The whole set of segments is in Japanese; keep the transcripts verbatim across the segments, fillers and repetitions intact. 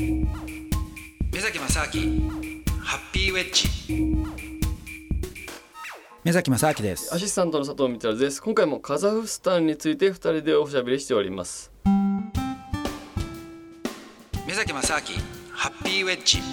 目崎正明ハッピーウェッジ。目崎正明です。 アシスタントの佐藤光です。今回もカザフスタンについてふたりでおしゃべりしております。 目崎正明ハッピーウェッジ。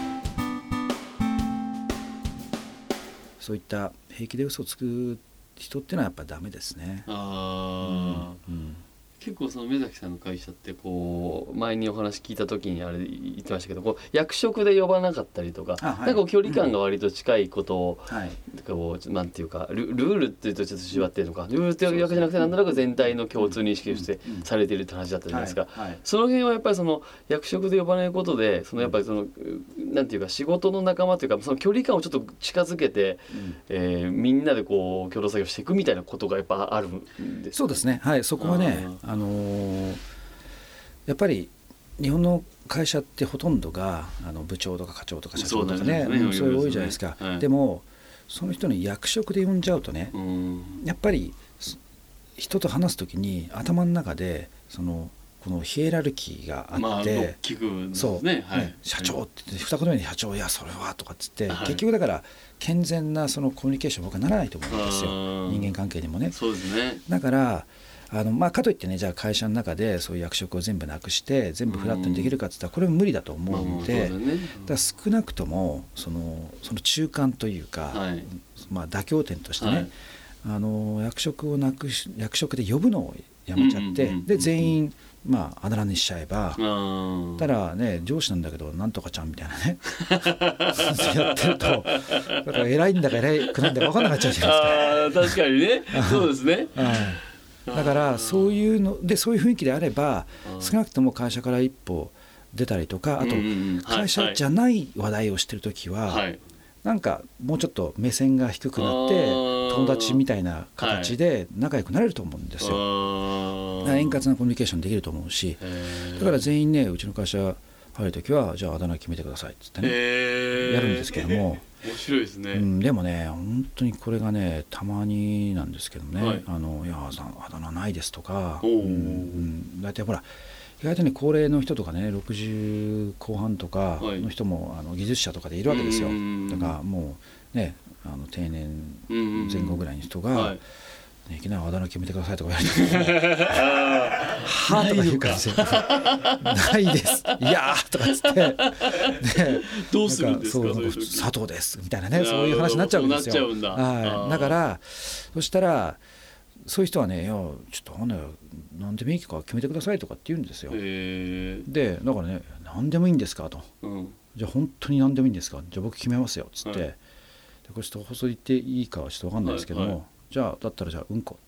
そういった平気で嘘をつく人ってのはやっぱダメですね。 あ、うんうん、結構その目崎さんの会社ってこう前にお話聞いた時にあれ言ってましたけど、こう役職で呼ばなかったりとか、はい、なんか距離感が割と近いことを、うん、はい、こうなんていうか ル, ルールっていうとちょっと縛ってるのか、ルールっていうわけじゃなくてなんとなく全体の共通認識としてされているって話だったじゃないですか、はいはい、その辺はやっぱりその役職で呼ばないことでそのやっぱりそのなんていうか仕事の仲間というかその距離感をちょっと近づけて、うん、えー、みんなでこう共同作業していくみたいなことがやっぱあるんです。 そうですね、はい、そこはね、あのー、やっぱり日本の会社ってほとんどがあの部長とか課長とか社長とかね、そう、ね、そういう多いじゃないですか、はい、でもその人に役職で呼んじゃうとね、うん、やっぱり人と話すときに頭の中でそのこのヒエラルキーがあって、まあ、聞くんですね、そう、ね、はい、社長って言って二言目に社長いやそれはとかっつって、はい、結局だから健全なそのコミュニケーション僕はならないと思うんですよ、人間関係にもね。 そうですね。だからあの、まあ、かといってねじゃあ会社の中でそういう役職を全部なくして全部フラットにできるかって言ったらこれは無理だと思うので、まあ、だね、だから少なくともその、その中間というか、はい、まあ、妥協点としてね、はい、あの役職をなくし役職で呼ぶのをやめちゃって、うんうんうんうん、で全員まああだ名にしちゃえば、ただね上司なんだけどなんとかちゃんみたいなねやってるとだから偉いんだか偉くないんだか分かんなくなっちゃうじゃないですか。 あ、確かにねそうですね、 はい、だからそういうのでそういう雰囲気であれば少なくとも会社から一歩出たりとか、あと会社じゃない話題をしてるときは、はいはい、なんかもうちょっと目線が低くなって友達みたいな形で仲良くなれると思うんですよ、はい、円滑なコミュニケーションできると思うし、だから全員ねうちの会社入るときはじゃああだ名決めてくださいっつってねやるんですけども、 面白いですね、 うん、でもね本当にこれがねたまになんですけどね、はい、あのいやあだ名ないですとか、うんうん、だいたいほら意外とね高齢の人とかねろくじゅうこう半とかの人も、はい、あの技術者とかでいるわけですよ。だからもうねあの定年前後ぐらいの人が、はい、ね、いきなりあだ名決めてくださいとか言われてはぁとか言うからですよないですいやーとかっつってでどうするんですか、 そういう佐藤ですみたいなねそういう話になっちゃうんですよ。 そうなっちゃうんだ、 はい、だからそしたらそういう人はねいやちょっと何でもいいか決めてくださいとかって言うんですよ。でだからね何でもいいんですかと、うん、じゃあ本当に何でもいいんですか、じゃあ僕決めますよっつって、はい、でこれちょっと放送言っていいかはちょっと分かんないですけども、はいはい、じゃあだったらじゃあうんこ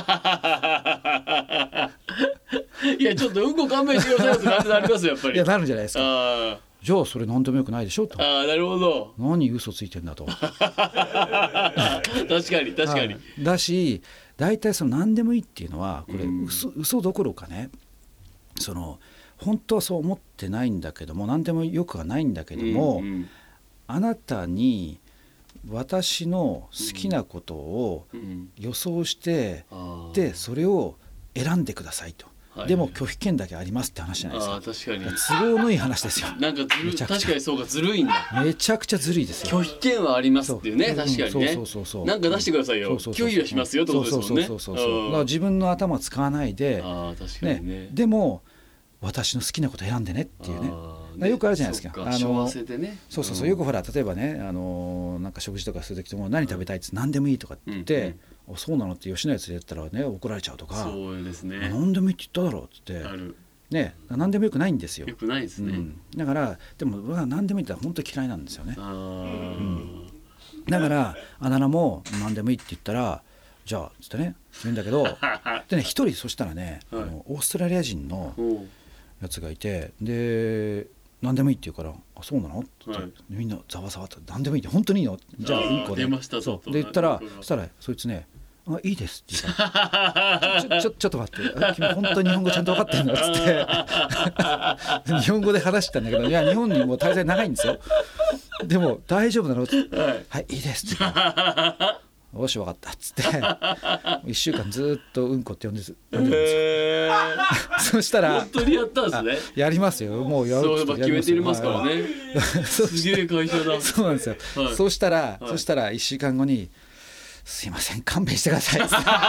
いやちょっとうんこ勘弁してくださいよってなりますよやっぱり。 いやなるんじゃないですか。あ、じゃあそれ何でもよくないでしょと。 あ、なるほど。 何嘘ついてんだと確かに確かに、 だし大体その何でもいいっていうのはこれ 嘘, 嘘どころかね、その本当はそう思ってないんだけども何でもよくはないんだけども、うんうん、あなたに私の好きなことを予想して、うんうん、でそれを選んでくださいと、はい、でも拒否権だけありますって話じゃないですか。 あ、確かに都合のいい話ですよ。 なんかずる確かにそうかずるいんだ。 めちゃくちゃずるいですよ。 拒否権はありますっていうね、確かにね。そうそうそうそう、なんか出してくださいよ、そうそうそうそう、拒否はしますよってことですもんね。そうそうそうそう、だから自分の頭使わないで、あ、確かにね、ね、でも私の好きなこと選んでねっていうね。よくあるじゃないですか。あのそうそうそう、よくほら例えばね、あのなんか食事とかする時も何食べたいって何でもいいとかって言って、うんうん、そうなのって吉野家連れてったらね怒られちゃうとか、 そうですね、 何でもいいって言っただろうって言って、あるね、何でもよくないんですよ。 よくないですね、うん、 だからでも僕は何でもいいって本当嫌いなんですよね。あ、うん、だからあだ名も何でもいいって言ったらじゃあつってね言うんだけどでね一人そしたらね、はい、あのオーストラリア人のやつがいて、で何でもいいって言うからあそうなのって言って、はい、みんなざわざわと何でもいいって本当にいいのじゃあうんこで出ましたそうで言ったらそしたらそいつねあいいですって言うからちょ, ちょ, ちょっと待って君本当に日本語ちゃんと分かってんのっつって日本語で話したんだけどいや日本にもう滞在長いんですよ。でも大丈夫なのって、はい、はい、いいですって言うからよし分かったっつっていっしゅうかんずっとうんこって呼んで呼んでるんですよ、えー、そしたら本当にやったんですね。 やりますよ、もうやるそうやっぱ決めていますからねすげえ会社だ。 そうなんですよ、はい、そうしたら、はい、そしたらいっしゅうかんごにすいません勘弁してください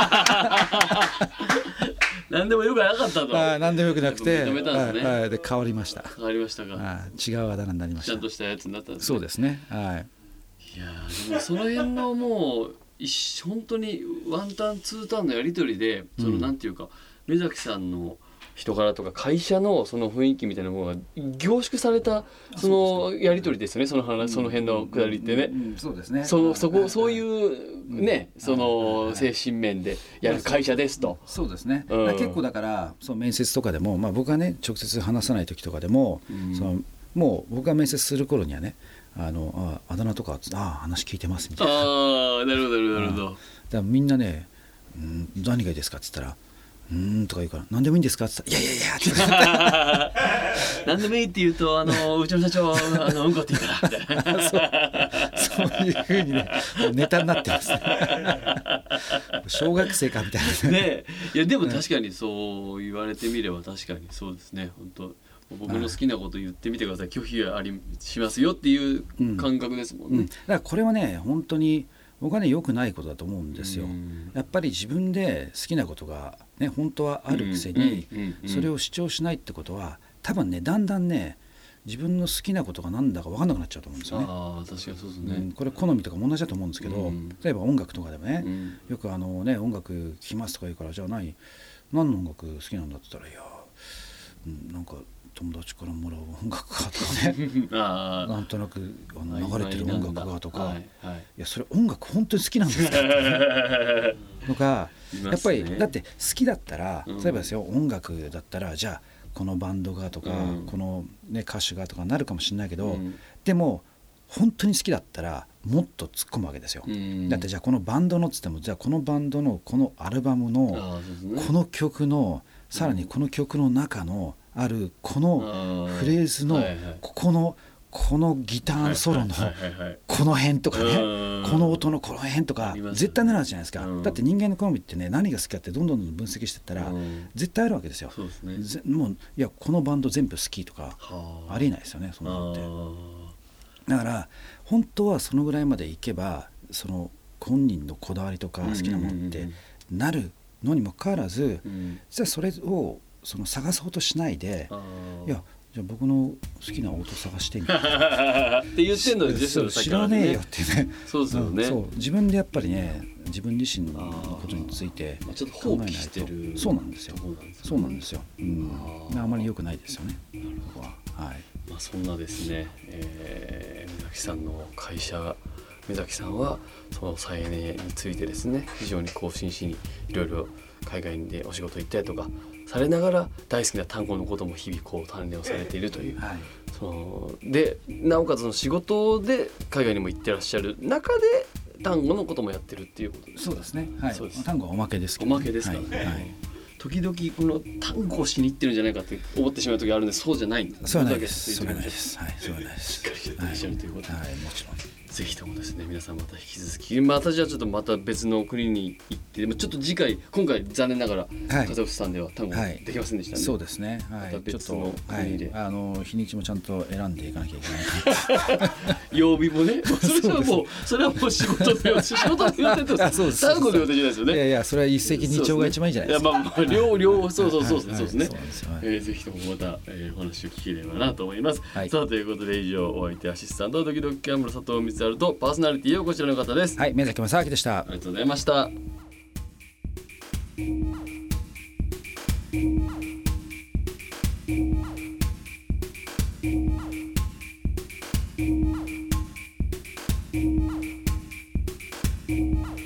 何でもよくなかったと。 あ何でもよくなくて認めたんですね、 はいはい、で変わりました変わりましたか。 あ違うあだ名になりました。 ちゃんとしたやつになったんですね。 そうですね、はい、 いやでもその辺のもう本当にワンタンツータンのやり取りでそのなんていうか、うん、目崎さんの人柄とか会社のその雰囲気みたいなものが凝縮されたそのやり取りですよね。その話、その辺のくだりってね、 うんうんうん、そうですね。 そそこそういうね、うん、その精神面でやる会社ですと。 そうですね、うん、結構だからそう面接とかでも、まあ、僕がね直接話さない時とかでも、うん、そのもう僕が面接する頃にはねあのああだ名とかああ話聞いてますみたいな。 ああなるほどなるほど。だからみんなね、うん、何がいいですかって言ったらうーんとか言うから何でもいいんですかって言ったらいやいやいやって何でもいいって言うとあのうちの社長あのうんこって言ったらみたいなそうそういうふうにねネタになってますね小学生かみたいなね。いやでも確かにそう言われてみれば確かにそうですね。本当僕の好きなこと言ってみてください、拒否ありしますよっていう感覚ですもんね、うんうん、だからこれはね本当に僕はね良くないことだと思うんですよ。やっぱり自分で好きなことが、ね、本当はあるくせにそれを主張しないってことは多分ねだんだんね自分の好きなことが何だか分かんなくなっちゃうと思うんですよね。 あ確かにそうですね、うん、 これ好みとかも同じだと思うんですけど、うん、例えば音楽とかでもね、うん、よくあのね音楽聴きますとか言うからじゃあ何何の音楽好きなんだって言ったらいや、うん、なんか友達からもらう音楽がとかねあなんとなくあの流れてる音楽がとか、はいはい、いやそれ音楽本当に好きなんですかとか、ね、やっぱりだって好きだったら、うん、例えばですよ音楽だったらじゃあこのバンドがとか、うん、この、ね、歌手がとかなるかもしれないけど、うん、でも本当に好きだったらもっと突っ込むわけですよ、うん、だってじゃあこのバンドのっつってもじゃあこのバンドのこのアルバムのこの曲のさらにこの曲の中のあるこのフレーズのここのこのギターソロのこの辺とかねこの音のこの辺とか絶対なるじゃないですか。だって人間の好みってね何が好きかってどんどん分析していったら絶対あるわけですよ。もういやこのバンド全部好きとかありえないですよねそんなのって。だから本当はそのぐらいまでいけばその本人のこだわりとか好きなものってなるのにもかかわらず実はそれをその探そうとしないでいやじゃあ僕の好きな音探してみたいなって言ってんのですよ。 知らねえよってね。 そうですよね。 そう自分でやっぱりね自分自身のことについてちょっと放棄してる。 そうなんですよ。そうなんですよ。うん、あ, あまり良くないですよね。 なるほど。 はい。 まあそんなですね、えー、目崎さんの会社目崎さんはその再エネについてですね非常にこう真摯にいろいろ海外でお仕事行ったりとかされながら大好きな単語のことも日々こう鍛錬をされているという、はい、そのでなおかつの仕事で海外にも行ってらっしゃる中で単語のこともやってるっていうことですか。 そうですね、はい、そうです単語はおまけですけど、ね、おまけですからね、はいはい、時々この単語をしに行ってるんじゃないかって思ってしまう時あるんでそうじゃないんです。 そうはないです。そうはないです。はい、そうはないです。 しっかりやってらっしゃるということで、 はいはい、もちろんぜひともですね皆さんまた引き続きまたじゃあちょっとまた別の国に行ってでもちょっと次回今回残念ながら、はい、カザフスタンでは単語できませんでしたね、 はい、そうですね、はい、 また別の国で、 はい、あの日にちもちゃんと選んでいかなきゃいけない曜日もねそれはもうそれはもう仕事の予定仕事の予定と単語の予定じゃないですよね。 いやいやそれは一石二鳥が一番いいじゃないですか。 いやまあまあ両両そうそうそうですね。ぜひともまた、えー、お話を聞ければなと思います、はい、さあということで以上お相手アシスタントドキドキキャンプの佐藤光晴とパーソナリティをこちらの方です。 はい、宮崎正明でした。 ありがとうございました。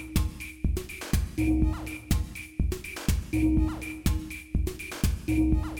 うん